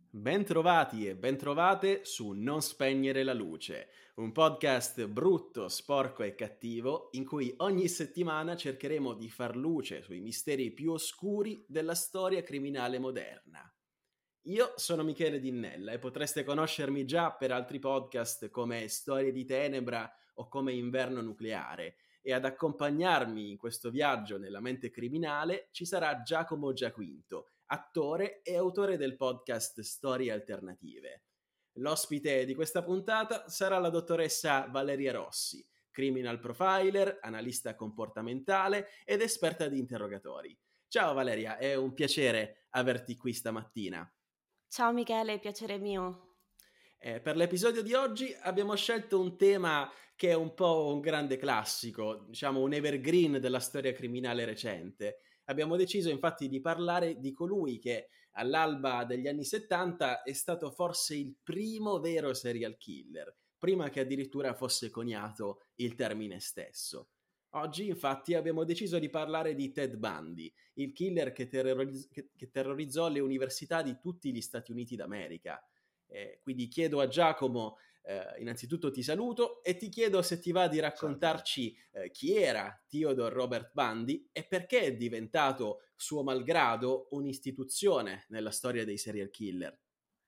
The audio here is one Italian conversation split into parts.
Bentrovati e bentrovate su Non spegnere la luce, un podcast brutto, sporco e cattivo in cui ogni settimana cercheremo di far luce sui misteri più oscuri della storia criminale moderna. Io sono Michele Dinnella e potreste conoscermi già per altri podcast come Storie di Tenebra o come Inverno Nucleare, e ad accompagnarmi in questo viaggio nella mente criminale ci sarà Giacomo Giaquinto, attore e autore del podcast Storie Alternative. L'ospite di questa puntata sarà la dottoressa Valeria Rossi, criminal profiler, analista comportamentale ed esperta di interrogatori. Ciao Valeria, è un piacere averti qui stamattina. Ciao Michele, piacere mio. Per l'episodio di oggi abbiamo scelto un tema che è un po' un grande classico, diciamo un evergreen della storia criminale recente. Abbiamo deciso infatti di parlare di colui che all'alba degli anni 70 è stato forse il primo vero serial killer, prima che addirittura fosse coniato il termine stesso. Oggi infatti abbiamo deciso di parlare di Ted Bundy, il killer che terrorizzò le università di tutti gli Stati Uniti d'America. Quindi chiedo a Giacomo, innanzitutto ti saluto e ti chiedo se ti va di Salve. raccontarci chi era Theodore Robert Bundy e perché è diventato, suo malgrado, un'istituzione nella storia dei serial killer.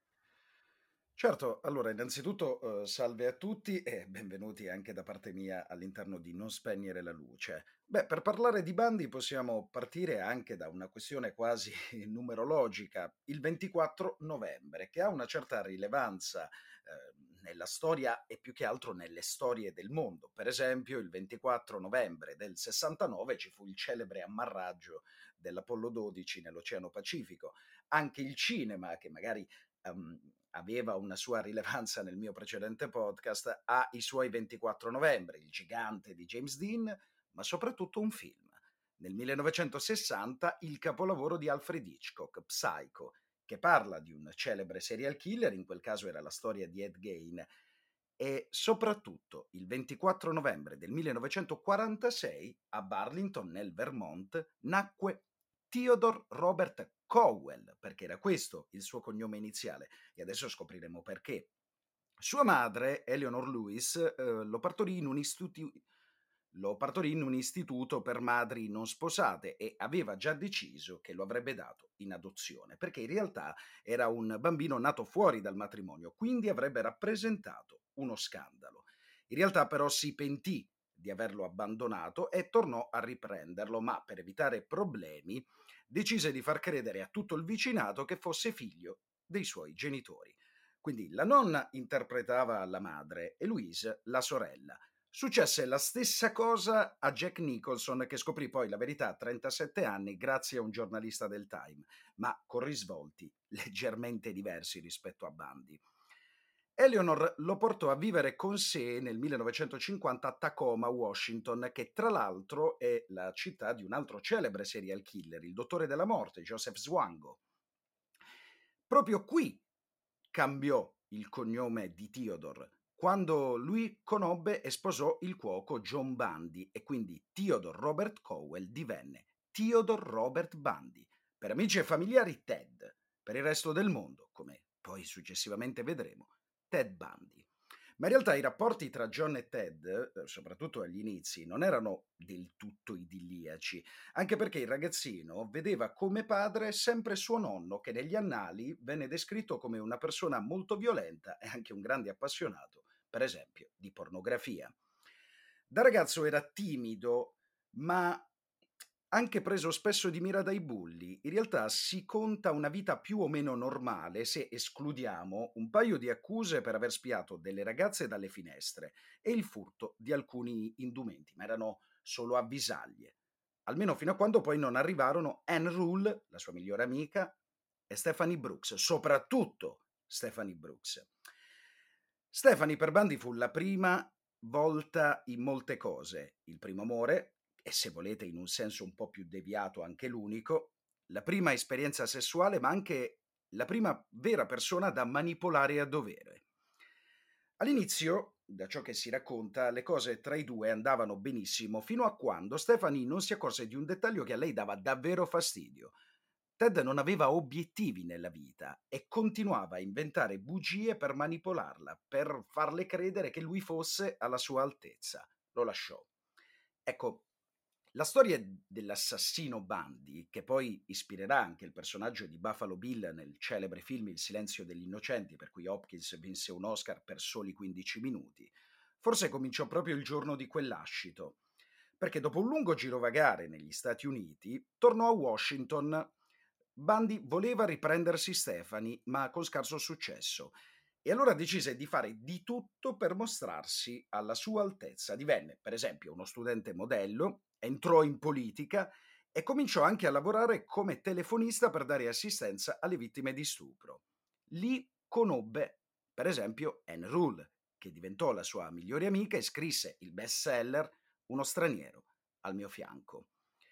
Certo, allora innanzitutto, salve a tutti e benvenuti anche da parte mia all'interno di Non spegnere la luce. Beh, per parlare di Bundy possiamo partire anche da una questione quasi numerologica, il 24 novembre, che ha una certa rilevanza, nella storia e più che altro nelle storie del mondo. Per esempio, il 24 novembre del 69 ci fu il celebre ammarraggio dell'Apollo 12 nell'Oceano Pacifico. Anche il cinema, che magari aveva una sua rilevanza nel mio precedente podcast, ha i suoi 24 novembre, Il gigante di James Dean, ma soprattutto un film. Nel 1960 il capolavoro di Alfred Hitchcock, Psycho, che parla di un celebre serial killer, in quel caso era la storia di Ed Gein, e soprattutto il 24 novembre del 1946 a Burlington, nel Vermont, nacque Theodore Robert Cowell, perché era questo il suo cognome iniziale, e adesso scopriremo perché. Sua madre, Eleanor Lewis, lo partorì in un istituto per madri non sposate e aveva già deciso che lo avrebbe dato in adozione, perché in realtà era un bambino nato fuori dal matrimonio, quindi avrebbe rappresentato uno scandalo. In realtà però si pentì di averlo abbandonato e tornò a riprenderlo, ma per evitare problemi decise di far credere a tutto il vicinato che fosse figlio dei suoi genitori. Quindi la nonna interpretava la madre e Louise la sorella. Successe la stessa cosa a Jack Nicholson, che scoprì poi la verità a 37 anni grazie a un giornalista del Time, ma con risvolti leggermente diversi rispetto a Bundy. Eleanor lo portò a vivere con sé nel 1950 a Tacoma, Washington, che tra l'altro è la città di un altro celebre serial killer, il dottore della morte, Joseph Zwango. Proprio qui cambiò il cognome di Theodore quando lui conobbe e sposò il cuoco John Bundy e quindi Theodore Robert Cowell divenne Theodore Robert Bundy. Per amici e familiari Ted, per il resto del mondo, come poi successivamente vedremo, Ted Bundy. Ma in realtà i rapporti tra John e Ted, soprattutto agli inizi, non erano del tutto idilliaci, anche perché il ragazzino vedeva come padre sempre suo nonno, che negli annali venne descritto come una persona molto violenta e anche un grande appassionato, per esempio, di pornografia. Da ragazzo era timido, ma anche preso spesso di mira dai bulli. In realtà si conta una vita più o meno normale se escludiamo un paio di accuse per aver spiato delle ragazze dalle finestre e il furto di alcuni indumenti, ma erano solo avvisaglie. Almeno fino a quando poi non arrivarono Anne Rule, la sua migliore amica, e Stephanie Brooks, soprattutto Stephanie Brooks. Stephanie per Bundy fu la prima volta in molte cose, il primo amore, e se volete in un senso un po' più deviato anche l'unico, la prima esperienza sessuale, ma anche la prima vera persona da manipolare a dovere. All'inizio, da ciò che si racconta, le cose tra i due andavano benissimo fino a quando Stephanie non si accorse di un dettaglio che a lei dava davvero fastidio. Ted non aveva obiettivi nella vita e continuava a inventare bugie per manipolarla, per farle credere che lui fosse alla sua altezza. Lo lasciò. Ecco, la storia dell'assassino Bundy, che poi ispirerà anche il personaggio di Buffalo Bill nel celebre film Il silenzio degli innocenti, per cui Hopkins vinse un Oscar per soli 15 minuti, forse cominciò proprio il giorno di quell'ascito, perché dopo un lungo girovagare negli Stati Uniti, tornò a Washington. Bundy voleva riprendersi Stephanie, ma con scarso successo, e allora decise di fare di tutto per mostrarsi alla sua altezza. Divenne, per esempio, uno studente modello, entrò in politica e cominciò anche a lavorare come telefonista per dare assistenza alle vittime di stupro. Lì conobbe, per esempio, Anne Rule, che diventò la sua migliore amica e scrisse il bestseller Uno straniero al mio fianco.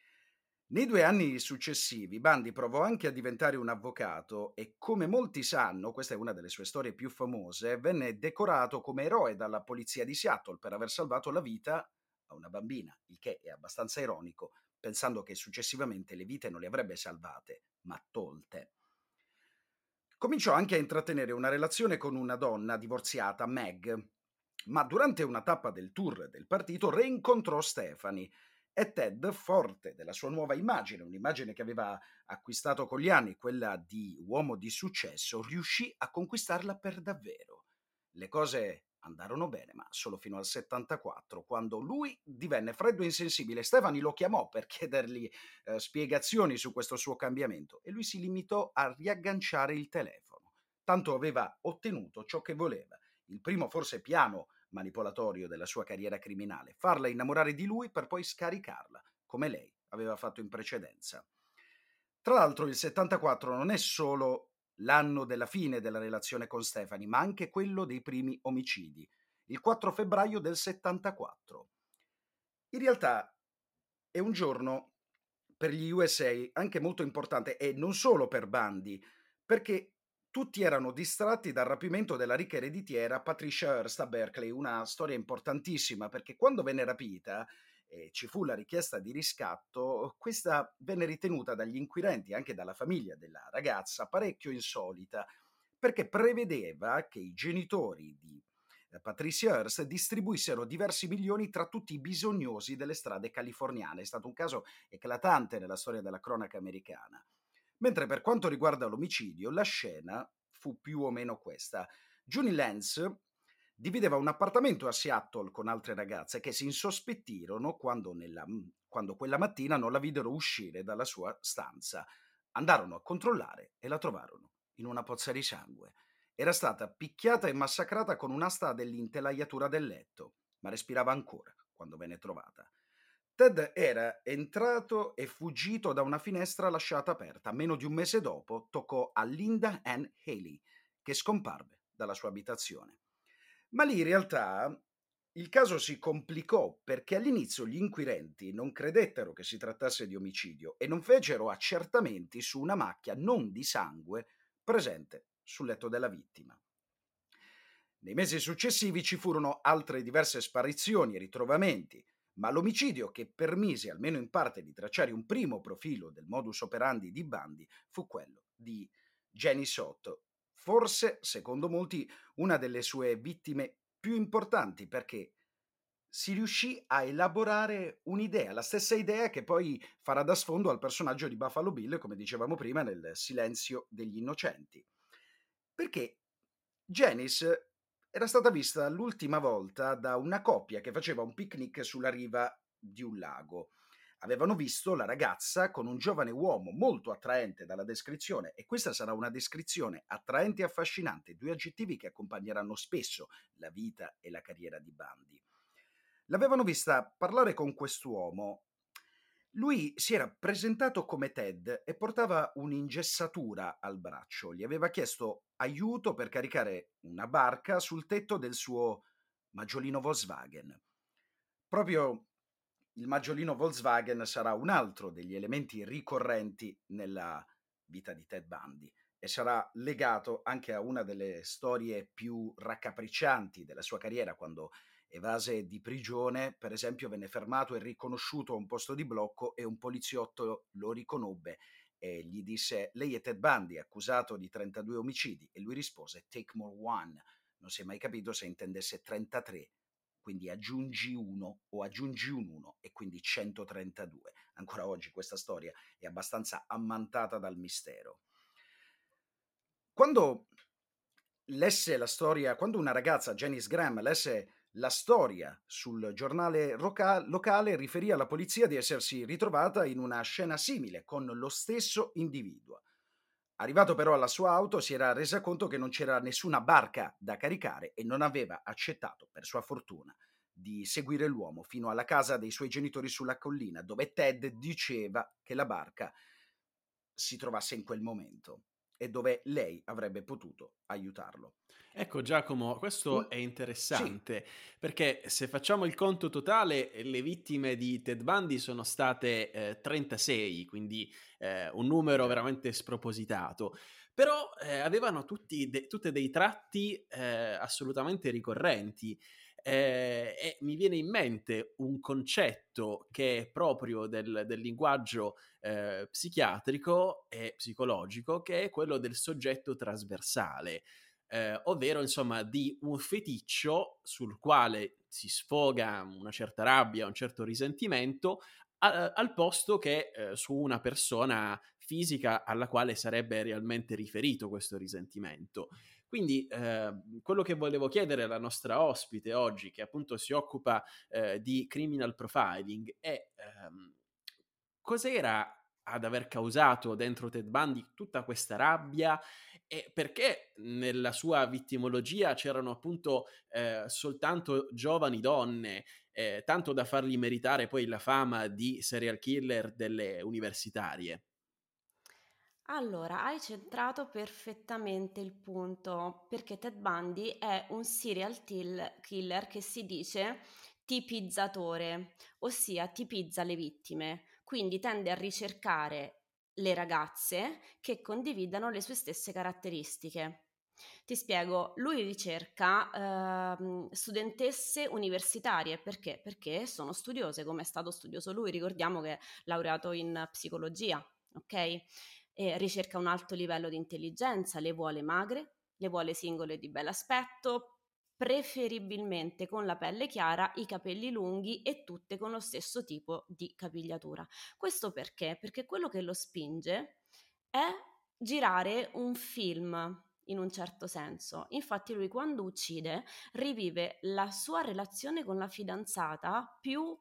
Nei 2 anni successivi Bundy provò anche a diventare un avvocato e, come molti sanno, questa è una delle sue storie più famose, venne decorato come eroe dalla polizia di Seattle per aver salvato la vita a una bambina, il che è abbastanza ironico, pensando che successivamente le vite non le avrebbe salvate, ma tolte. Cominciò anche a intrattenere una relazione con una donna divorziata, Meg, ma durante una tappa del tour del partito reincontrò Stephanie e Ted, forte della sua nuova immagine, un'immagine che aveva acquistato con gli anni, quella di uomo di successo, riuscì a conquistarla per davvero. Le cose andarono bene, ma solo fino al 74, quando lui divenne freddo e insensibile. Stephanie lo chiamò per chiedergli spiegazioni su questo suo cambiamento e lui si limitò a riagganciare il telefono. Tanto aveva ottenuto ciò che voleva. Il primo forse piano manipolatorio della sua carriera criminale, farla innamorare di lui per poi scaricarla, come lei aveva fatto in precedenza. Tra l'altro il 74 non è solo l'anno della fine della relazione con Stephanie, ma anche quello dei primi omicidi, il 4 febbraio del 74. In realtà è un giorno per gli USA anche molto importante, e non solo per Bundy, perché tutti erano distratti dal rapimento della ricca ereditiera Patricia Hearst a Berkeley, una storia importantissima perché quando venne rapita e ci fu la richiesta di riscatto, questa venne ritenuta dagli inquirenti e anche dalla famiglia della ragazza parecchio insolita, perché prevedeva che i genitori di Patricia Hearst distribuissero diversi milioni tra tutti i bisognosi delle strade californiane. È stato un caso eclatante nella storia della cronaca americana. Mentre per quanto riguarda l'omicidio, la scena fu più o meno questa. Junie Lance divideva un appartamento a Seattle con altre ragazze che si insospettirono quando quella mattina non la videro uscire dalla sua stanza. Andarono a controllare e la trovarono in una pozza di sangue. Era stata picchiata e massacrata con un'asta dell'intelaiatura del letto, ma respirava ancora quando venne trovata. Ted era entrato e fuggito da una finestra lasciata aperta. Meno di un mese dopo toccò a Linda Ann Haley, che scomparve dalla sua abitazione. Ma lì in realtà il caso si complicò perché all'inizio gli inquirenti non credettero che si trattasse di omicidio e non fecero accertamenti su una macchia non di sangue presente sul letto della vittima. Nei mesi successivi ci furono altre diverse sparizioni e ritrovamenti, ma l'omicidio che permise almeno in parte di tracciare un primo profilo del modus operandi di Bundy fu quello di Jenny Sotto, forse, secondo molti, una delle sue vittime più importanti perché si riuscì a elaborare un'idea, la stessa idea che poi farà da sfondo al personaggio di Buffalo Bill, come dicevamo prima, nel Silenzio degli innocenti. Perché Janice era stata vista l'ultima volta da una coppia che faceva un picnic sulla riva di un lago. Avevano visto la ragazza con un giovane uomo molto attraente dalla descrizione, e questa sarà una descrizione attraente e affascinante, 2 aggettivi che accompagneranno spesso la vita e la carriera di Bundy. L'avevano vista parlare con quest'uomo. Lui si era presentato come Ted e portava un'ingessatura al braccio. Gli aveva chiesto aiuto per caricare una barca sul tetto del suo maggiolino Volkswagen. Proprio il maggiolino Volkswagen sarà un altro degli elementi ricorrenti nella vita di Ted Bundy e sarà legato anche a una delle storie più raccapriccianti della sua carriera, quando evase di prigione, per esempio, venne fermato e riconosciuto a un posto di blocco e un poliziotto lo riconobbe e gli disse: "Lei è Ted Bundy, accusato di 32 omicidi", e lui rispose: "Take more one". Non si è mai capito se intendesse 33, quindi aggiungi 1 o aggiungi un 1 e quindi 132. Ancora oggi questa storia è abbastanza ammantata dal mistero. Quando quando una ragazza, Janice Graham, lesse la storia sul giornale locale, riferì alla polizia di essersi ritrovata in una scena simile con lo stesso individuo. Arrivato però alla sua auto, si era resa conto che non c'era nessuna barca da caricare e non aveva accettato, per sua fortuna, di seguire l'uomo fino alla casa dei suoi genitori sulla collina, dove Ted diceva che la barca si trovasse in quel momento e dove lei avrebbe potuto aiutarlo. Ecco Giacomo, Un questo è Sì, interessante perché se facciamo il conto totale, le vittime di Ted Bundy sono state 36, quindi un numero già. veramente spropositato. Però avevano tutte dei tratti assolutamente ricorrenti. E mi viene in mente un concetto che è proprio del linguaggio psichiatrico e psicologico, che è quello del soggetto trasversale, ovvero insomma di un feticcio sul quale si sfoga una certa rabbia, un certo risentimento, al posto che su una persona fisica alla quale sarebbe realmente riferito questo risentimento. Quindi quello che volevo chiedere alla nostra ospite oggi, che appunto si occupa di criminal profiling, è cos'era ad aver causato dentro Ted Bundy tutta questa rabbia e perché nella sua vittimologia c'erano appunto soltanto giovani donne, tanto da fargli meritare poi la fama di serial killer delle universitarie. Allora, hai centrato perfettamente il punto, perché Ted Bundy è un killer che si dice tipizzatore, ossia tipizza le vittime, quindi tende a ricercare le ragazze che condividano le sue stesse caratteristiche. Ti spiego, lui ricerca studentesse universitarie, perché? Perché sono studiose, come è stato studioso lui, ricordiamo che è laureato in psicologia, ok? E ricerca un alto livello di intelligenza, le vuole magre, le vuole singole di bell'aspetto, preferibilmente con la pelle chiara, i capelli lunghi e tutte con lo stesso tipo di capigliatura. Questo perché? Perché quello che lo spinge è girare un film in un certo senso. Infatti lui quando uccide rivive la sua relazione con la fidanzata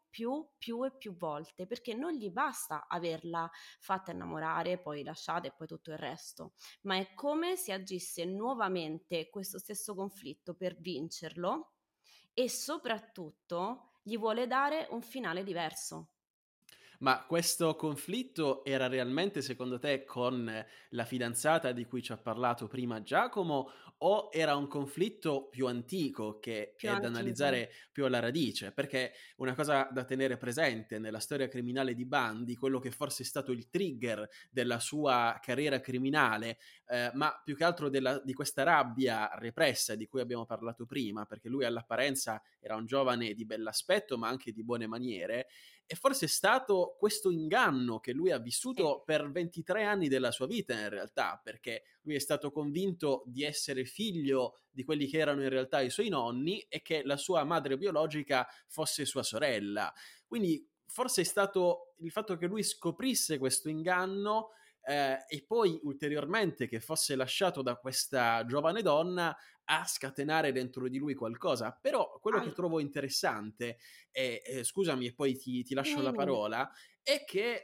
più e più volte, perché non gli basta averla fatta innamorare, poi lasciata e poi tutto il resto, ma è come se agisse nuovamente questo stesso conflitto per vincerlo e soprattutto gli vuole dare un finale diverso. Ma questo conflitto era realmente secondo te con la fidanzata di cui ci ha parlato prima Giacomo o era un conflitto più antico che Più è da antico. analizzare più alla radice? Perché una cosa da tenere presente nella storia criminale di Bundy, quello che forse è stato il trigger della sua carriera criminale, ma più che altro di questa rabbia repressa di cui abbiamo parlato prima, perché lui all'apparenza era un giovane di bell'aspetto ma anche di buone maniere, e forse è stato questo inganno che lui ha Sì. vissuto per 23 anni della sua vita in realtà, perché lui è stato convinto di essere figlio di quelli che erano in realtà i suoi nonni e che la sua madre biologica fosse sua sorella. Quindi forse è stato il fatto che lui scoprisse questo inganno e poi ulteriormente che fosse lasciato da questa giovane donna a scatenare dentro di lui qualcosa. Però quello che Al- trovo interessante scusami e poi ti lascio Dimmi, la dimmi, dimmi. parola, è che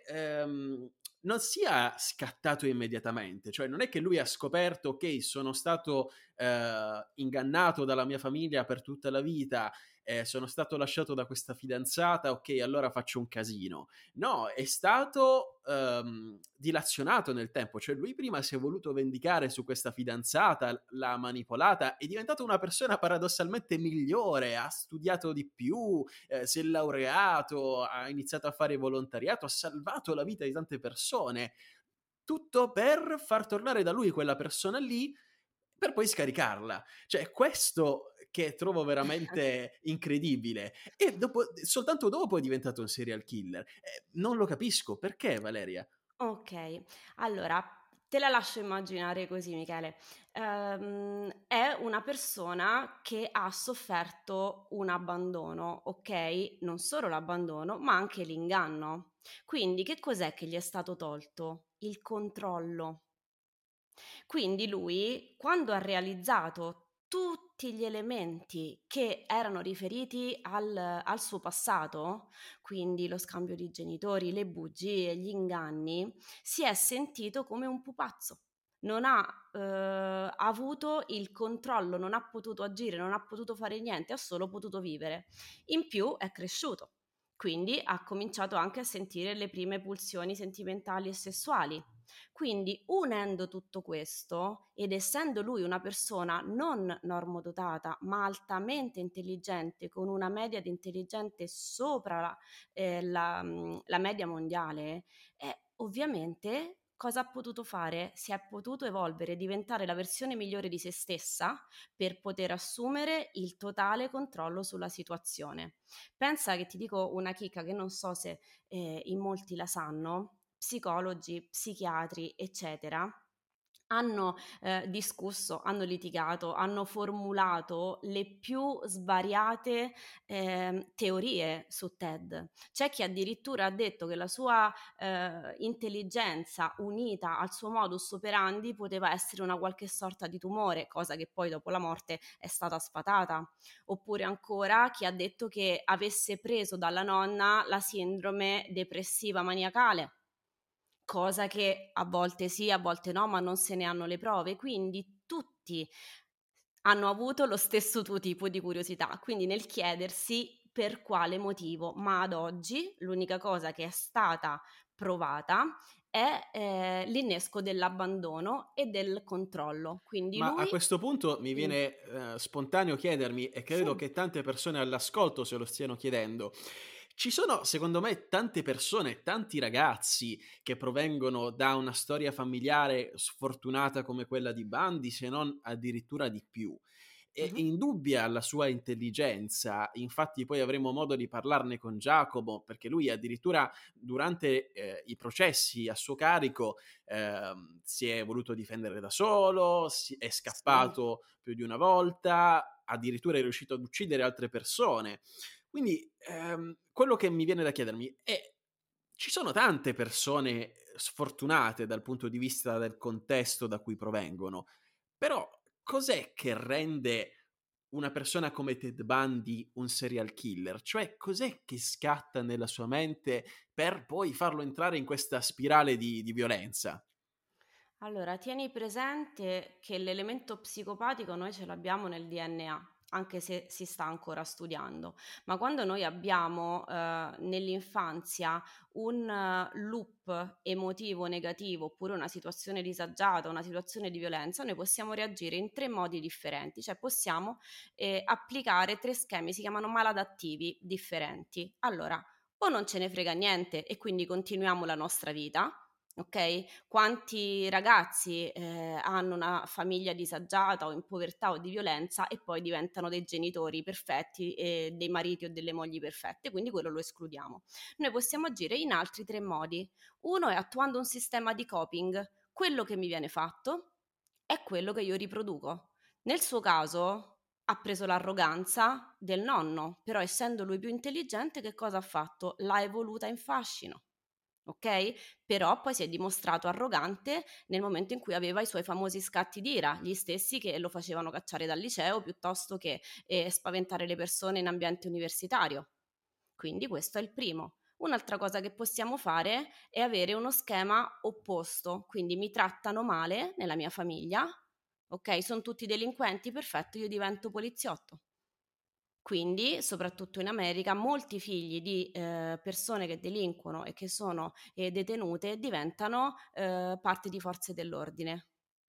non sia scattato immediatamente, cioè non è che lui ha scoperto, ok, sono stato ingannato dalla mia famiglia per tutta la vita, sono stato lasciato da questa fidanzata, ok, allora faccio un casino. No, è stato dilazionato nel tempo, cioè lui prima si è voluto vendicare su questa fidanzata, l'ha manipolata, è diventato una persona paradossalmente migliore, ha studiato di più, si è laureato, ha iniziato a fare volontariato, ha salvato la vita di tante persone, tutto per far tornare da lui quella persona lì, per poi scaricarla. Cioè, è questo che trovo veramente incredibile. E soltanto dopo è diventato un serial killer. Non lo capisco. Perché, Valeria? Ok, allora te la lascio immaginare così, Michele. È una persona che ha sofferto un abbandono, ok? Non solo l'abbandono, ma anche l'inganno. Quindi che cos'è che gli è stato tolto? Il controllo. Quindi lui, quando ha realizzato tutti gli elementi che erano riferiti al suo passato, quindi lo scambio di genitori, le bugie, gli inganni, si è sentito come un pupazzo. Non ha avuto il controllo, non ha potuto agire, non ha potuto fare niente, ha solo potuto vivere. In più è cresciuto, quindi ha cominciato anche a sentire le prime pulsioni sentimentali e sessuali. Quindi unendo tutto questo ed essendo lui una persona non normodotata ma altamente intelligente, con una media di intelligente sopra la media mondiale, ovviamente cosa ha potuto fare? Si è potuto evolvere, diventare la versione migliore di se stessa per poter assumere il totale controllo sulla situazione. Pensa che ti dico una chicca che non so se in molti la sanno, psicologi, psichiatri, eccetera, hanno discusso, hanno litigato, hanno formulato le più svariate teorie su TED. C'è chi addirittura ha detto che la sua intelligenza unita al suo modus operandi poteva essere una qualche sorta di tumore, cosa che poi dopo la morte è stata sfatata. Oppure ancora chi ha detto che avesse preso dalla nonna la sindrome depressiva maniacale, cosa che a volte sì, a volte no, ma non se ne hanno le prove. Quindi tutti hanno avuto lo stesso tuo tipo di curiosità, quindi nel chiedersi per quale motivo, ma ad oggi l'unica cosa che è stata provata è l'innesco dell'abbandono e del controllo. Quindi Ma a lui... questo punto mi Dimmi. viene spontaneo chiedermi, e credo Sì. che tante persone all'ascolto se lo stiano chiedendo, ci sono secondo me tante persone, tanti ragazzi che provengono da una storia familiare sfortunata come quella di Bundy, se non addirittura di più. E Mhm. indubbia la sua intelligenza, infatti poi avremo modo di parlarne con Giacomo, perché lui addirittura durante i processi a suo carico si è voluto difendere da solo, è Sì. scappato più di una volta, addirittura è riuscito ad uccidere altre persone. Quindi quello che mi viene da chiedermi è: ci sono tante persone sfortunate dal punto di vista del contesto da cui provengono, però cos'è che rende una persona come Ted Bundy un serial killer? Cioè, cos'è che scatta nella sua mente per poi farlo entrare in questa spirale di violenza? Allora, tieni presente che l'elemento psicopatico noi ce l'abbiamo nel DNA, anche se si sta ancora studiando, ma quando noi abbiamo nell'infanzia un loop emotivo negativo oppure una situazione disagiata, una situazione di violenza, noi possiamo reagire in tre modi differenti, cioè possiamo applicare tre schemi, si chiamano maladattivi differenti. Allora, o non ce ne frega niente e quindi continuiamo la nostra vita. Ok? Quanti ragazzi hanno una famiglia disagiata o in povertà o di violenza e poi diventano dei genitori perfetti e dei mariti o delle mogli perfette, quindi quello lo escludiamo. Noi possiamo agire in altri tre modi. Uno è attuando un sistema di coping. Quello che mi viene fatto è quello che io riproduco. Nel suo caso ha preso l'arroganza del nonno, però essendo lui più intelligente, che cosa ha fatto? L'ha evoluta in fascino. Ok? Però poi si è dimostrato arrogante nel momento in cui aveva i suoi famosi scatti d'ira, gli stessi che lo facevano cacciare dal liceo piuttosto che spaventare le persone in ambiente universitario. Quindi questo è il primo. Un'altra cosa che possiamo fare è avere uno schema opposto, quindi mi trattano male nella mia famiglia, ok? Sono tutti delinquenti, perfetto, io divento poliziotto. Quindi, soprattutto in America, molti figli di persone che delinquono e che sono detenute diventano parte di forze dell'ordine.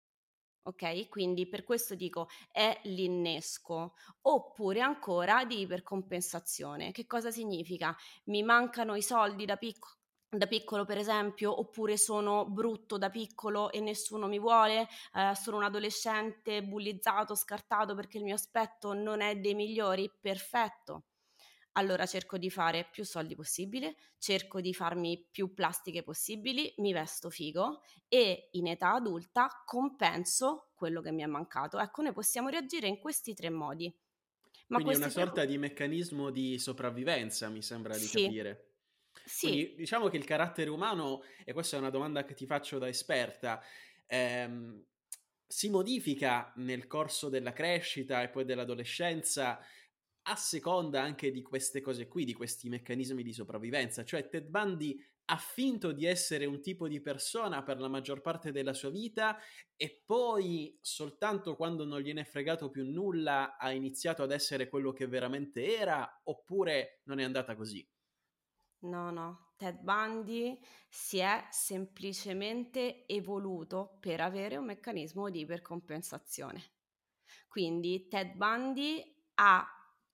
Ok? Quindi per questo dico è l'innesco. Oppure ancora di ipercompensazione. Che cosa significa? Mi mancano i soldi da piccolo, per esempio, oppure sono brutto da piccolo e nessuno mi vuole, sono un adolescente bullizzato, scartato perché il mio aspetto non è dei migliori, perfetto. allora cerco di fare più soldi possibile, cerco di farmi più plastiche possibili, mi vesto figo e in età adulta compenso quello che mi è mancato. Ecco, noi possiamo reagire in questi 3 modi. Ma Quindi è una questi 3 sorta di meccanismo di sopravvivenza, mi sembra di sì, capire. sì. Quindi diciamo che il carattere umano, e questa è una domanda che ti faccio da esperta, ehm, si modifica nel corso della crescita e poi dell'adolescenza a seconda anche di queste cose qui, di questi meccanismi di sopravvivenza. Cioè Ted Bundy ha finto di essere un tipo di persona per la maggior parte della sua vita e poi soltanto quando non gliene è fregato più nulla ha iniziato ad essere quello che veramente era, oppure non è andata così? No, no, Ted Bundy si è semplicemente evoluto per avere un meccanismo di ipercompensazione. Quindi Ted Bundy ha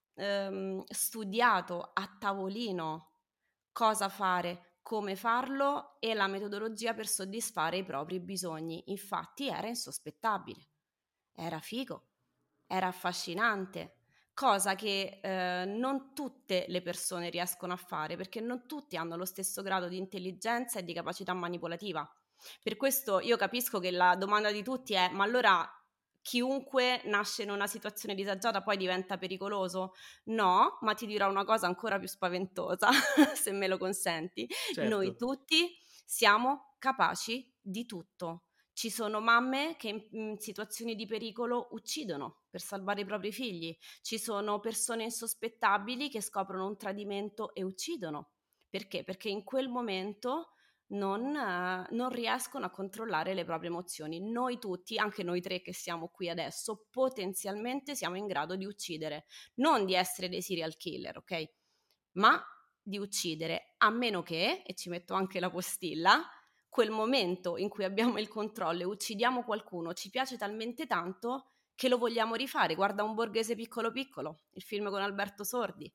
studiato a tavolino cosa fare, come farlo e la metodologia per soddisfare i propri bisogni. Infatti era insospettabile, era figo, era affascinante, cosa che non tutte le persone riescono a fare perché non tutti hanno lo stesso grado di intelligenza e di capacità manipolativa. Per questo io capisco che la domanda di tutti è: ma allora chiunque nasce in una situazione disagiata poi diventa pericoloso? No, ma ti dirò una cosa ancora più spaventosa, se me lo consenti. Noi Certo. tutti siamo capaci di tutto. Ci sono mamme che in situazioni di pericolo uccidono per salvare i propri figli. Ci sono persone insospettabili che scoprono un tradimento e uccidono. Perché? Perché in quel momento non riescono a controllare le proprie emozioni. Noi tutti, anche noi 3 che siamo qui adesso, potenzialmente siamo in grado di uccidere. Non di essere dei serial killer, ok? Ma di uccidere, a meno che, e ci metto anche la postilla, quel momento in cui abbiamo il controllo e uccidiamo qualcuno ci piace talmente tanto che lo vogliamo rifare. Guarda Un borghese piccolo piccolo, il film con Alberto Sordi.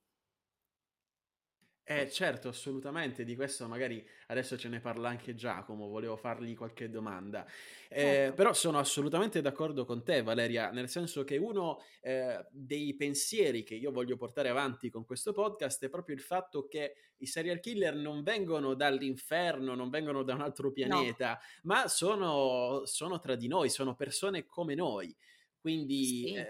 Certo, assolutamente, di questo magari adesso ce ne parla anche Giacomo, volevo fargli qualche domanda. Certo. Però sono assolutamente d'accordo con te, Valeria, nel senso che uno dei pensieri che io voglio portare avanti con questo podcast è proprio il fatto che i serial killer non vengono dall'inferno, non vengono da un altro No, pianeta, ma sono tra di noi, sono persone come noi. Quindi sì,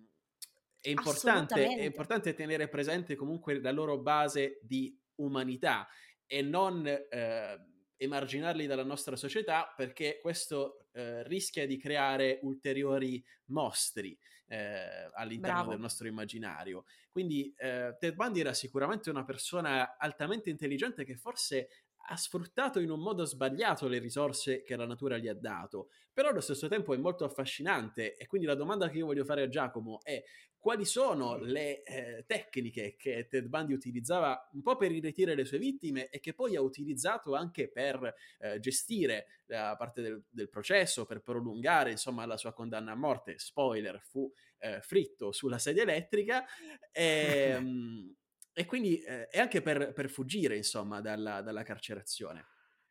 è assolutamente. importante tenere presente comunque la loro base di umanità e non emarginarli dalla nostra società, perché questo rischia di creare ulteriori mostri all'interno del Bravo. nostro immaginario. Quindi Ted Bundy era sicuramente una persona altamente intelligente che forse ha sfruttato in un modo sbagliato le risorse che la natura gli ha dato, però allo stesso tempo è molto affascinante, e quindi la domanda che io voglio fare a Giacomo è: quali sono le tecniche che Ted Bundy utilizzava un po' per irretire le sue vittime e che poi ha utilizzato anche per gestire la parte del processo, per prolungare insomma la sua condanna a morte? Spoiler, fu fritto sulla sedia elettrica. ehm, e quindi e anche per fuggire insomma dalla carcerazione.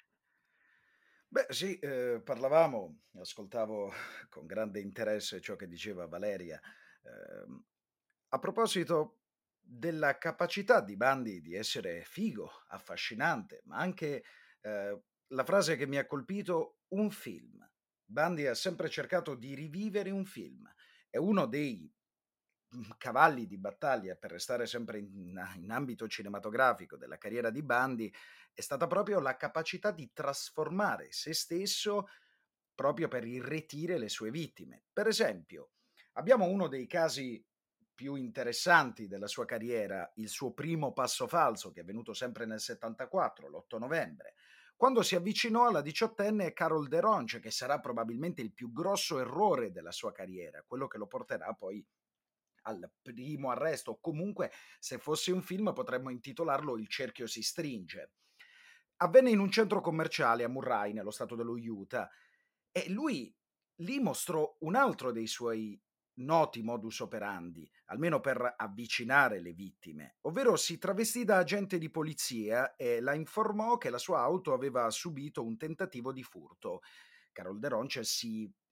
Beh, sì, parlavamo, ascoltavo con grande interesse ciò che diceva Valeria. Ehm, a proposito della capacità di Bundy di essere figo, affascinante, ma anche la frase che mi ha colpito, un film. Bundy ha sempre cercato di rivivere un film. È uno dei cavalli di battaglia, per restare sempre in ambito cinematografico, della carriera di Bundy è stata proprio la capacità di trasformare se stesso proprio per irretire le sue vittime. Per esempio, abbiamo uno dei casi più interessanti della sua carriera, il suo primo passo falso, che è venuto sempre nel 74, l'8 novembre, quando si avvicinò alla diciottenne Carol Deronche, che sarà probabilmente il più grosso errore della sua carriera, quello che lo porterà poi al primo arresto, o comunque se fosse un film potremmo intitolarlo Il cerchio si stringe. Avvenne in un centro commerciale a Murray, nello stato dello Utah, e lui lì mostrò un altro dei suoi noti modus operandi, almeno per avvicinare le vittime, ovvero si travestì da agente di polizia e la informò che la sua auto aveva subito un tentativo di furto. Carol Deronce si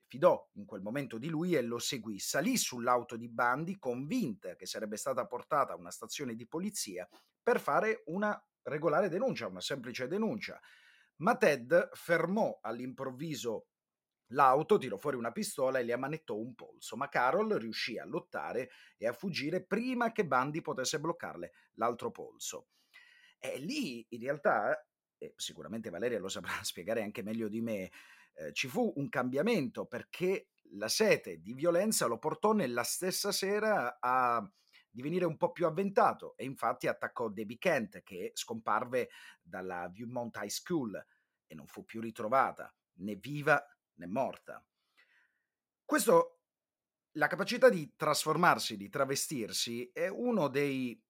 fidò in quel momento di lui e lo seguì. Salì sull'auto di Bundy convinta che sarebbe stata portata a una stazione di polizia per fare una regolare denuncia, una semplice denuncia. Ma Ted fermò all'improvviso l'auto, tirò fuori una pistola e le ammanettò un polso, ma Carol riuscì a lottare e a fuggire prima che Bundy potesse bloccarle l'altro polso. E lì in realtà, e sicuramente Valeria lo saprà spiegare anche meglio di me, ci fu un cambiamento perché la sete di violenza lo portò nella stessa sera a divenire un po' più avventato e infatti attaccò Debbie Kent che scomparve dalla Viewmont High School e non fu più ritrovata, né viva né morta. Questo, la capacità di trasformarsi, di travestirsi, è uno dei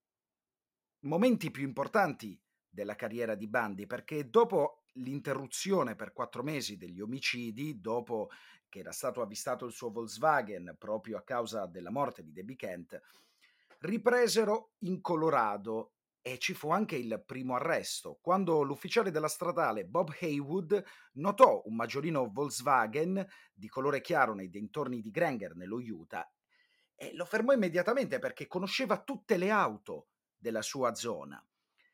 momenti più importanti della carriera di Bundy, perché dopo l'interruzione per 4 mesi degli omicidi, dopo che era stato avvistato il suo Volkswagen proprio a causa della morte di Debbie Kent, ripresero in Colorado e ci fu anche il primo arresto, quando l'ufficiale della statale Bob Haywood notò un maggiolino Volkswagen di colore chiaro nei dintorni di Granger, nello Utah, e lo fermò immediatamente perché conosceva tutte le auto della sua zona.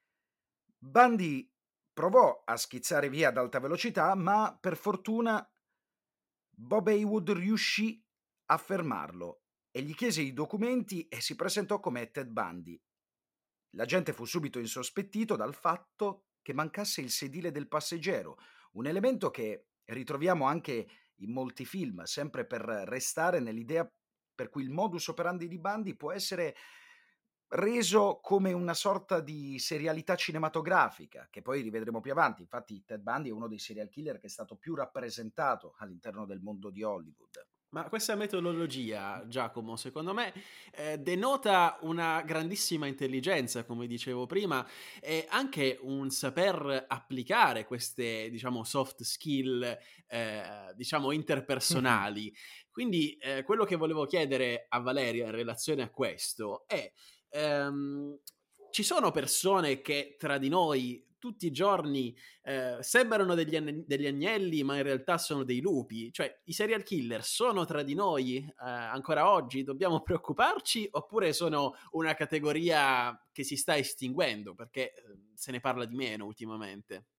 Bundy provò a schizzare via ad alta velocità, ma per fortuna Bob Haywood riuscì a fermarlo e gli chiese i documenti e si presentò come Ted Bundy. L'agente fu subito insospettito dal fatto che mancasse il sedile del passeggero, un elemento che ritroviamo anche in molti film, sempre per restare nell'idea per cui il modus operandi di Bundy può essere reso come una sorta di serialità cinematografica, che poi rivedremo più avanti. Infatti Ted Bundy è uno dei serial killer che è stato più rappresentato all'interno del mondo di Hollywood. Ma questa metodologia, Giacomo, secondo me denota una grandissima intelligenza, come dicevo prima, e anche un saper applicare queste, diciamo, soft skill, diciamo, interpersonali. Quindi quello che volevo chiedere a Valeria in relazione a questo è, ci sono persone che tra di noi tutti i giorni sembrano degli agnelli, ma in realtà sono dei lupi? Cioè, i serial killer sono tra di noi ancora oggi? Dobbiamo preoccuparci? Oppure sono una categoria che si sta estinguendo? Perché se ne parla di meno ultimamente.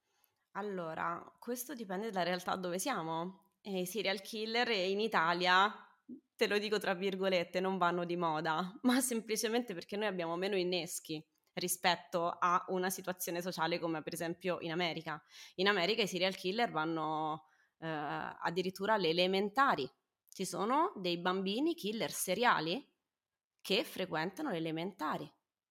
Allora, questo dipende dalla realtà dove siamo. E i serial killer in Italia, te lo dico tra virgolette, non vanno di moda, ma semplicemente perché noi abbiamo meno inneschi rispetto a una situazione sociale come per esempio in America. In America i serial killer vanno addirittura alle elementari. Ci sono dei bambini killer seriali che frequentano le elementari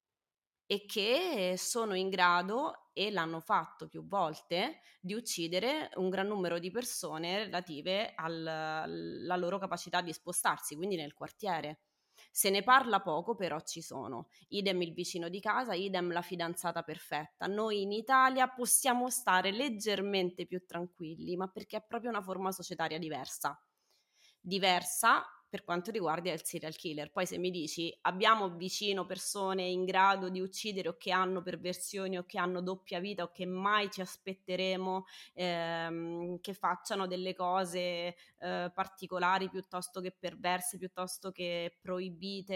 e che sono in grado, e l'hanno fatto più volte, di uccidere un gran numero di persone relative alla loro capacità di spostarsi, quindi nel quartiere. Se ne parla poco, però ci sono. Idem il vicino di casa, idem la fidanzata perfetta. Noi in Italia possiamo stare leggermente più tranquilli, ma perché è proprio una forma societaria diversa. Diversa per quanto riguarda il serial killer. Poi se mi dici abbiamo vicino persone in grado di uccidere o che hanno perversioni o che hanno doppia vita o che mai ci aspetteremo che facciano delle cose particolari piuttosto che perverse, piuttosto che proibite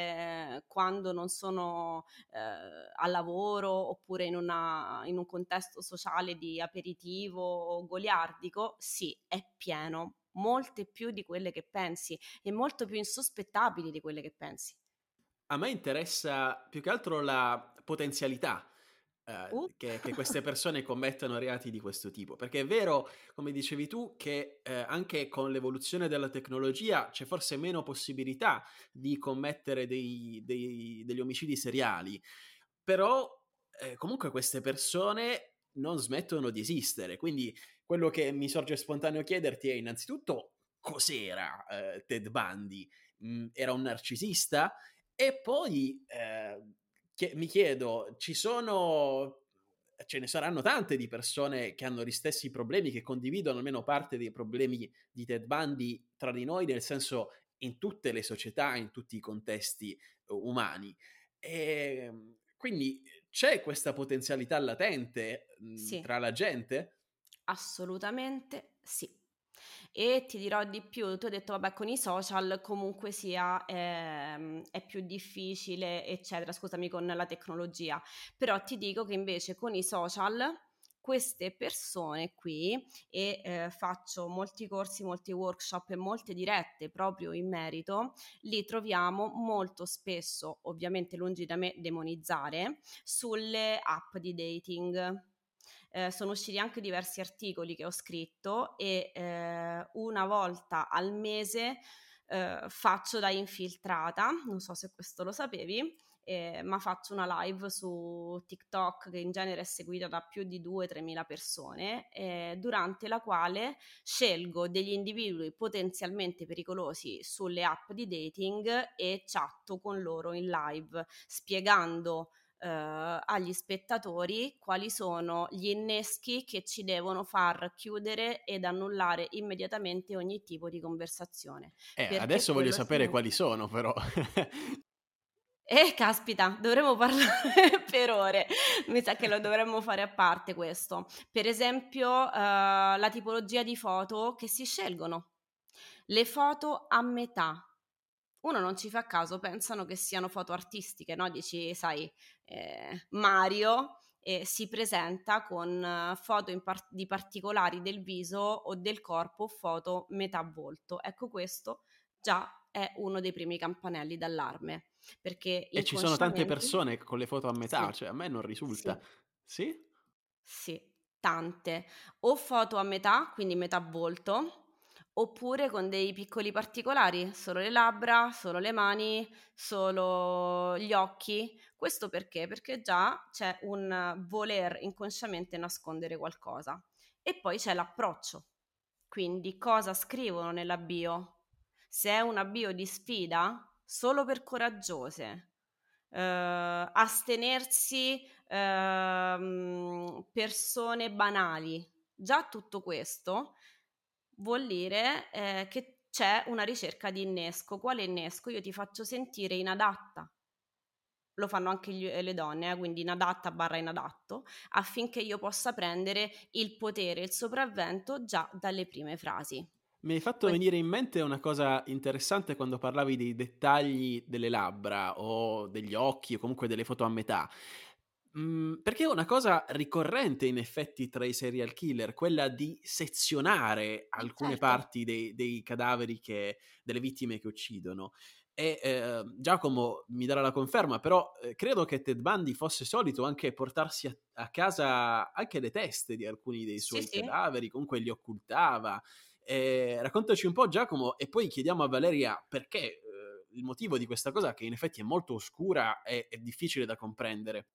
quando non sono a lavoro oppure in un contesto sociale di aperitivo o goliardico, sì, è pieno, molte più di quelle che pensi e molto più insospettabili di quelle che pensi. A me interessa più che altro la potenzialità Uh. che queste persone commettano reati di questo tipo, perché è vero, come dicevi tu, che anche con l'evoluzione della tecnologia c'è forse meno possibilità di commettere degli omicidi seriali, però comunque queste persone non smettono di esistere, quindi quello che mi sorge spontaneo chiederti è innanzitutto cos'era Ted Bundy? Era un narcisista? E poi mi chiedo, ce ne saranno tante di persone che hanno gli stessi problemi, che condividono almeno parte dei problemi di Ted Bundy tra di noi, nel senso in tutte le società, in tutti i contesti umani. E, quindi c'è questa potenzialità latente Sì, tra la gente? assolutamente sì. E ti dirò di più, tu hai detto vabbè con i social comunque sia è più difficile eccetera, scusami, con la tecnologia, però ti dico che invece con i social queste persone qui e faccio molti corsi, molti workshop e molte dirette proprio in merito, li troviamo molto spesso, ovviamente lungi da me demonizzare, sulle app di dating. Sono usciti anche diversi articoli che ho scritto e una volta al mese faccio da infiltrata, non so se questo lo sapevi, ma faccio una live su TikTok che in genere è seguita da più di 2-3 mila persone, durante la quale scelgo degli individui potenzialmente pericolosi sulle app di dating e chatto con loro in live spiegando agli spettatori quali sono gli inneschi che ci devono far chiudere ed annullare immediatamente ogni tipo di conversazione, perché Adesso voglio quello sapere significa quali sono però. caspita, dovremmo parlare per ore. Mi sa che lo dovremmo fare a parte questo. Per esempio, la tipologia di foto che si scelgono. Le foto a metà. Uno non ci fa caso, pensano che siano foto artistiche, no? Dici, sai, Mario si presenta con foto di particolari del viso o del corpo, foto metà volto. Ecco, questo già è uno dei primi campanelli d'allarme, perché E ci sono tante inconsciamente persone con le foto a metà, sì, cioè a me non risulta. sì, Sì? sì, tante. O foto a metà, quindi metà volto, oppure con dei piccoli particolari, solo le labbra, solo le mani, solo gli occhi. Questo perché? Perché già c'è un voler inconsciamente nascondere qualcosa. E poi c'è l'approccio. Quindi cosa scrivono nella bio? Se è una bio di sfida, solo per coraggiose. Astenersi persone banali. Già tutto questo vuol dire che c'è una ricerca di innesco. Quale innesco? Io ti faccio sentire inadatta. Lo fanno anche le donne, quindi inadatta barra inadatto, affinché io possa prendere il potere, il sopravvento già dalle prime frasi. Mi hai fatto Poi, venire in mente una cosa interessante quando parlavi dei dettagli delle labbra o degli occhi o comunque delle foto a metà. Perché è una cosa ricorrente in effetti tra i serial killer, quella di sezionare alcune certo, parti dei cadaveri delle vittime che uccidono. E Giacomo mi darà la conferma, però credo che Ted Bundy fosse solito anche portarsi a casa anche le teste di alcuni dei sì, suoi sì. cadaveri, comunque li occultava. Raccontaci un po', Giacomo, e poi chiediamo a Valeria perché il motivo di questa cosa, che in effetti è molto oscura e è difficile da comprendere.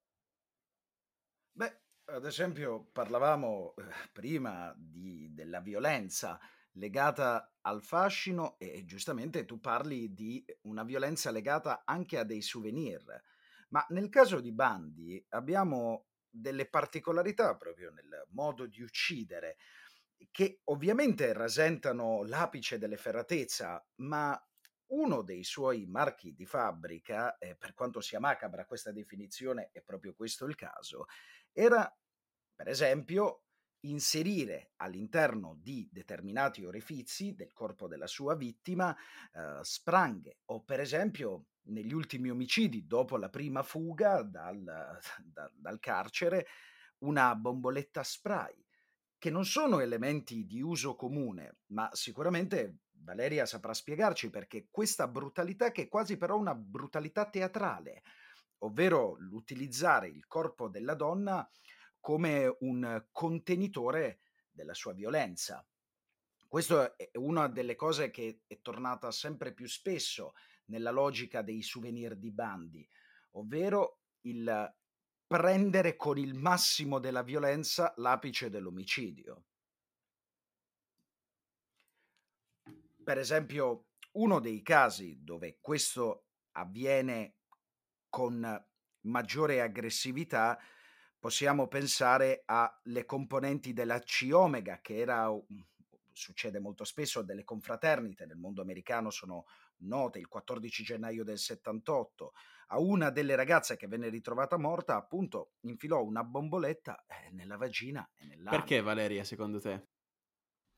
Beh, ad esempio parlavamo prima della violenza legata al fascino e giustamente tu parli di una violenza legata anche a dei souvenir, ma nel caso di Bundy abbiamo delle particolarità proprio nel modo di uccidere che ovviamente rasentano l'apice dell'efferatezza, ma uno dei suoi marchi di fabbrica, per quanto sia macabra questa definizione, è proprio questo il caso, era, per esempio, inserire all'interno di determinati orefizi del corpo della sua vittima spranghe o, per esempio, negli ultimi omicidi, dopo la prima fuga dal carcere, una bomboletta spray, che non sono elementi di uso comune, ma sicuramente Valeria saprà spiegarci perché questa brutalità che è quasi però una brutalità teatrale, ovvero l'utilizzare il corpo della donna come un contenitore della sua violenza. Questo è una delle cose che è tornata sempre più spesso nella logica dei souvenir di Bundy, ovvero il prendere con il massimo della violenza l'apice dell'omicidio. Per esempio, uno dei casi dove questo avviene con maggiore aggressività, possiamo pensare alle componenti della Chi Omega, che era succede molto spesso, delle confraternite nel mondo americano sono note, il 14 gennaio del 78. A una delle ragazze che venne ritrovata morta, appunto, infilò una bomboletta nella vagina e Perché nell'ano. Valeria, secondo te?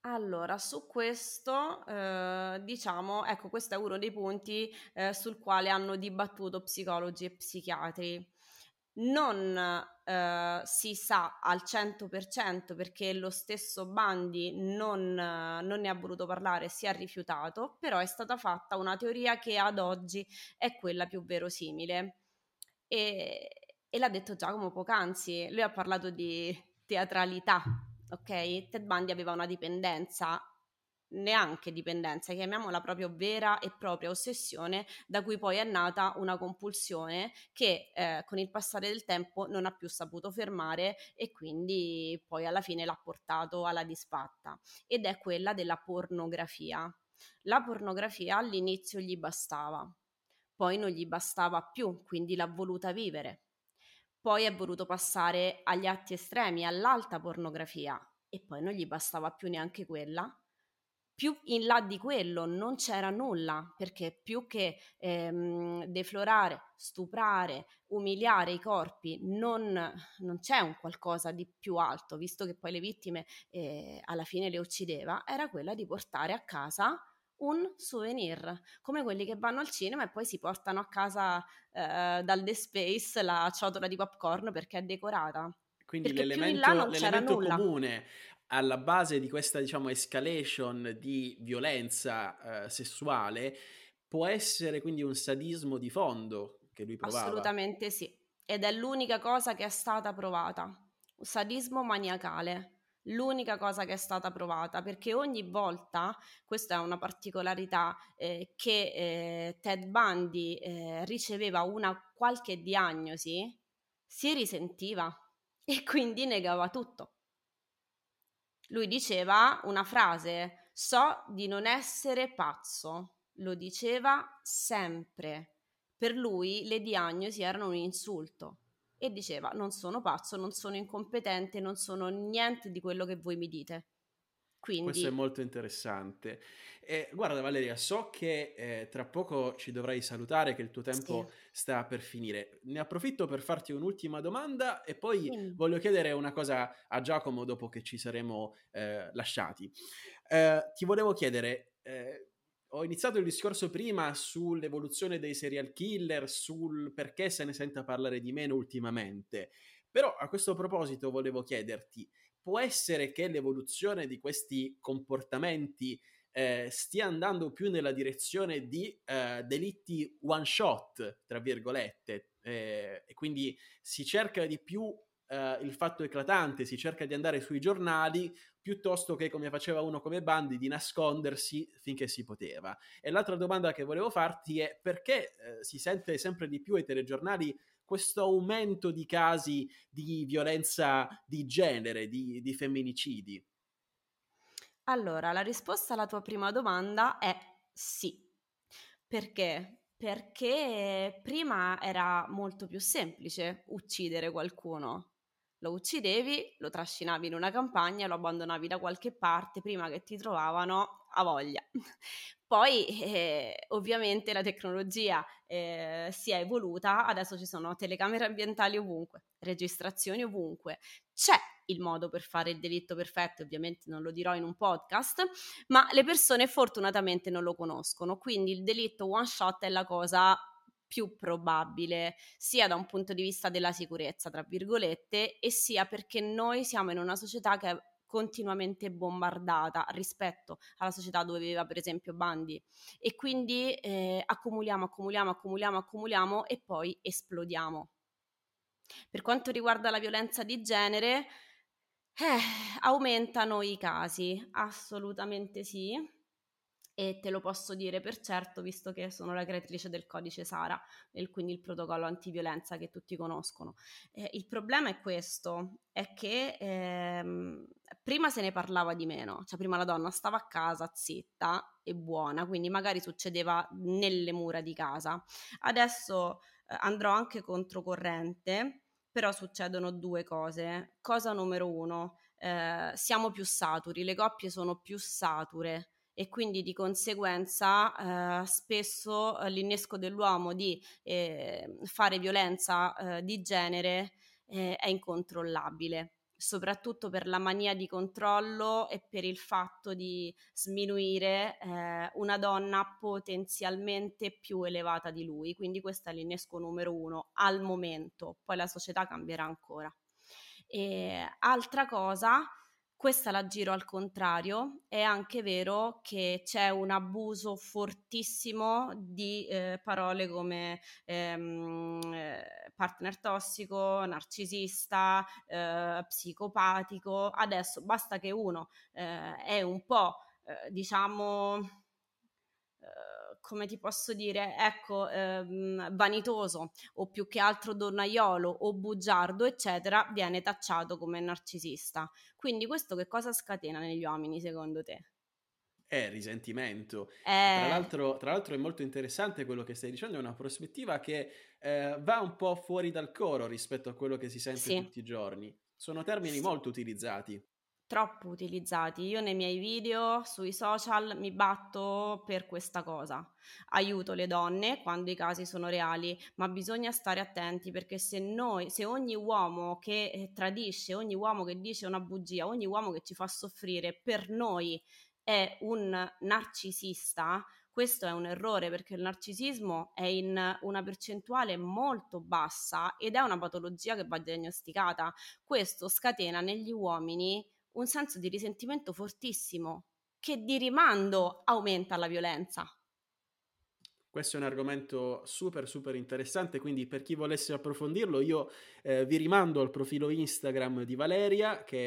Allora, su questo, diciamo, ecco, questo è uno dei punti, sul quale hanno dibattuto psicologi e psichiatri. Non, si sa al 100% perché lo stesso Bandi non ne ha voluto parlare, si è rifiutato, però è stata fatta una teoria che ad oggi è quella più verosimile. E e l'ha detto Giacomo poc'anzi, lui ha parlato di teatralità, okay, Ted Bundy aveva una dipendenza, neanche dipendenza, chiamiamola proprio vera e propria ossessione, da cui poi è nata una compulsione che, con il passare del tempo non ha più saputo fermare e quindi poi alla fine l'ha portato alla disfatta, ed è quella della pornografia. La pornografia all'inizio gli bastava, poi non gli bastava più, quindi l'ha voluta vivere. Poi è voluto passare agli atti estremi, all'alta pornografia, e poi non gli bastava più neanche quella. Più in là di quello non c'era nulla, perché più che deflorare, stuprare, umiliare i corpi, non c'è un qualcosa di più alto, visto che poi le vittime alla fine le uccideva, era quella di portare a casa un souvenir, come quelli che vanno al cinema e poi si portano a casa dal The Space la ciotola di popcorn perché è decorata, Quindi perché più in là non c'era l'elemento nulla. comune alla base di questa, diciamo, escalation di violenza, sessuale può essere quindi un sadismo di fondo che lui provava. Assolutamente sì, ed è l'unica cosa che è stata provata, un sadismo maniacale, l'unica cosa che è stata provata, perché ogni volta, questa è una particolarità, che Ted Bundy riceveva una qualche diagnosi, si risentiva e quindi negava tutto. Lui diceva una frase: "So di non essere pazzo", lo diceva sempre. Per lui le diagnosi erano un insulto e diceva: "Non sono pazzo, non sono incompetente, non sono niente di quello che voi mi dite". Questo è Quindi molto interessante. Guarda Valeria, so che tra poco ci dovrai salutare, che il tuo sì, tempo sta per finire. Ne approfitto per farti un'ultima domanda e poi dimmi. voglio chiedere una cosa a Giacomo dopo che ci saremo lasciati. Ti volevo chiedere, ho iniziato il discorso prima sull'evoluzione dei serial killer, sul perché se ne senta parlare di meno ultimamente, però a questo proposito volevo chiederti, può essere che l'evoluzione di questi comportamenti stia andando più nella direzione di delitti one shot, tra virgolette, e quindi si cerca di più il fatto eclatante, si cerca di andare sui giornali piuttosto che, come faceva uno come Bundy, di nascondersi finché si poteva. E l'altra domanda che volevo farti è perché si sente sempre di più ai telegiornali questo aumento di casi di violenza di genere, di femminicidi? Allora, la risposta alla tua prima domanda è sì. Perché? Perché prima era molto più semplice uccidere qualcuno. Lo uccidevi, lo trascinavi in una campagna, lo abbandonavi da qualche parte prima che ti trovavano a voglia. Poi ovviamente la tecnologia si è evoluta, adesso ci sono telecamere ambientali ovunque, registrazioni ovunque, c'è il modo per fare il delitto perfetto, ovviamente non lo dirò in un podcast, ma le persone fortunatamente non lo conoscono, quindi il delitto one shot è la cosa più probabile, sia da un punto di vista della sicurezza, tra virgolette, e sia perché noi siamo in una società che è continuamente bombardata rispetto alla società dove viveva per esempio Bundy e quindi accumuliamo e poi esplodiamo. Per quanto riguarda la violenza di genere, eh, aumentano i casi, assolutamente sì, e te lo posso dire per certo, visto che sono la creatrice del codice SARA, quindi il protocollo antiviolenza che tutti conoscono. Il problema è questo, è che prima se ne parlava di meno, cioè prima la donna stava a casa zitta e buona, quindi magari succedeva nelle mura di casa. Adesso andrò anche controcorrente, però succedono due cose. Cosa numero uno, siamo più saturi, le coppie sono più sature e quindi di conseguenza spesso l'innesco dell'uomo di fare violenza di genere è incontrollabile. soprattutto per la mania di controllo e per il fatto di sminuire una donna potenzialmente più elevata di lui. Quindi questo è l'innesco numero 1 al momento, poi la società cambierà ancora. E altra cosa, questa la giro al contrario, è anche vero che c'è un abuso fortissimo di parole come partner tossico, narcisista, psicopatico. Adesso basta che uno è un po', diciamo, come ti posso dire, ecco, vanitoso o più che altro donnaiolo o bugiardo, eccetera, viene tacciato come narcisista. Quindi questo che cosa scatena negli uomini, secondo te? Risentimento. Eh, Tra l'altro è molto interessante quello che stai dicendo, è una prospettiva che va un po' fuori dal coro rispetto a quello che si sente sì, tutti i giorni. Sono termini sì. molto utilizzati. Troppo utilizzati. Io nei miei video sui social mi batto per questa cosa. Aiuto le donne quando i casi sono reali, ma bisogna stare attenti perché se ogni uomo che tradisce, ogni uomo che dice una bugia, ogni uomo che ci fa soffrire per noi è un narcisista, questo è un errore perché il narcisismo è in una percentuale molto bassa ed è una patologia che va diagnosticata. Questo scatena negli uomini un senso di risentimento fortissimo che di rimando aumenta la violenza. Questo è un argomento super super interessante, quindi per chi volesse approfondirlo io vi rimando al profilo Instagram di Valeria, che è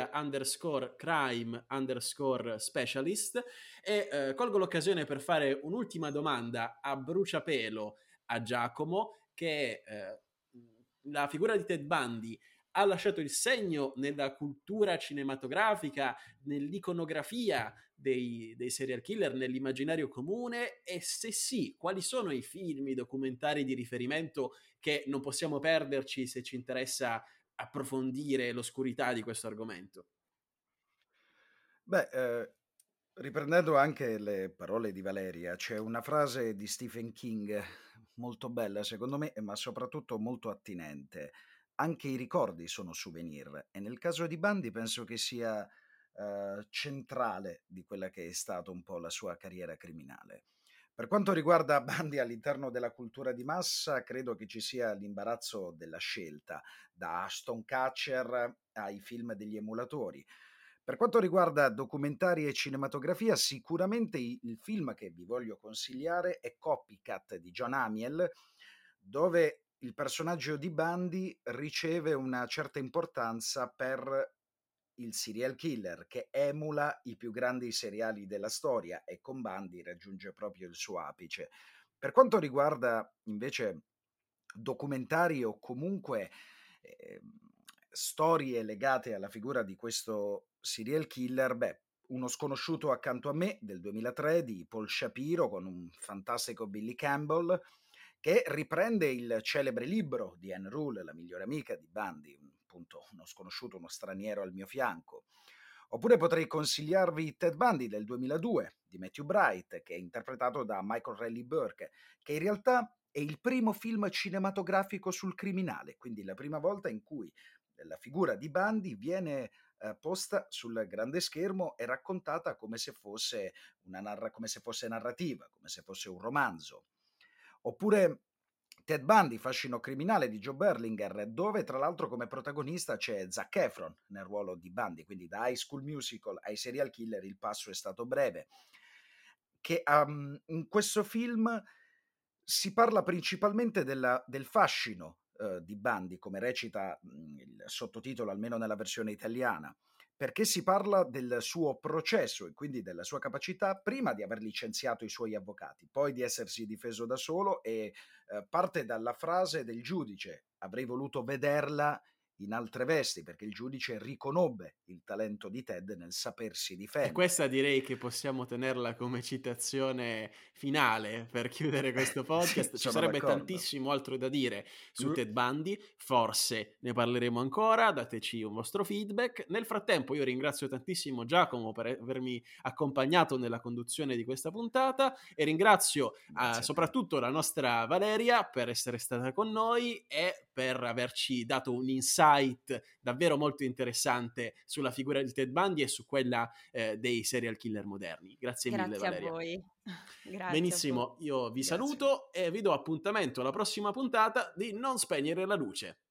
Valeria_crime_specialist, e colgo l'occasione per fare un'ultima domanda a bruciapelo a Giacomo, che la figura di Ted Bundy ha lasciato il segno nella cultura cinematografica, nell'iconografia dei serial killer nell'immaginario comune, e se sì, quali sono i film, i documentari di riferimento che non possiamo perderci se ci interessa approfondire l'oscurità di questo argomento? Beh, riprendendo anche le parole di Valeria, c'è una frase di Stephen King molto bella secondo me, ma soprattutto molto attinente. Anche i ricordi sono souvenir e nel caso di Bundy penso che sia centrale di quella che è stata un po' la sua carriera criminale. Per quanto riguarda Bundy all'interno della cultura di massa, credo che ci sia l'imbarazzo della scelta, da Ashton Kutcher ai film degli emulatori. Per quanto riguarda documentari e cinematografia, sicuramente il film che vi voglio consigliare è Copycat di John Amiel, dove il personaggio di Bundy riceve una certa importanza per il serial killer che emula i più grandi seriali della storia e con Bundy raggiunge proprio il suo apice. Per quanto riguarda invece documentari o comunque ehm, storie legate alla figura di questo serial killer, beh, Uno sconosciuto accanto a me del 2003 di Paul Shapiro con un fantastico Billy Campbell che riprende il celebre libro di Anne Rule, la migliore amica di Bundy, appunto uno sconosciuto, uno straniero al mio fianco. Oppure potrei consigliarvi Ted Bundy del 2002 di Matthew Bright, che è interpretato da Michael Riley Burke, che in realtà è il primo film cinematografico sul criminale, quindi la prima volta in cui la figura di Bundy viene posta sul grande schermo e raccontata come se fosse come se fosse narrativa, come se fosse un romanzo. Oppure Ted Bundy, fascino criminale di Joe Berlinger, dove tra l'altro come protagonista c'è Zac Efron nel ruolo di Bundy, quindi da High School Musical ai serial killer il passo è stato breve. Che in questo film si parla principalmente del fascino di Bundy, come recita il sottotitolo, almeno nella versione italiana, perché si parla del suo processo e quindi della sua capacità prima di aver licenziato i suoi avvocati, poi di essersi difeso da solo e parte dalla frase del giudice: avrei voluto vederla in altre vesti, perché il giudice riconobbe il talento di Ted nel sapersi E difendere. questa direi che possiamo tenerla come citazione finale per chiudere questo Sì, podcast. Ci sono sarebbe d'accordo. tantissimo altro da dire su Mm. Ted Bundy, forse ne parleremo ancora, dateci un vostro feedback. Nel frattempo io ringrazio tantissimo Giacomo per avermi accompagnato nella conduzione di questa puntata e ringrazio Grazie a te. soprattutto la nostra Valeria per essere stata con noi e per averci dato un insight davvero molto interessante sulla figura di Ted Bundy e su quella dei serial killer moderni. Grazie mille, Grazie a Valeria. voi. Grazie a voi. Benissimo, io vi Grazie. saluto e vi do appuntamento alla prossima puntata di Non spegnere la luce.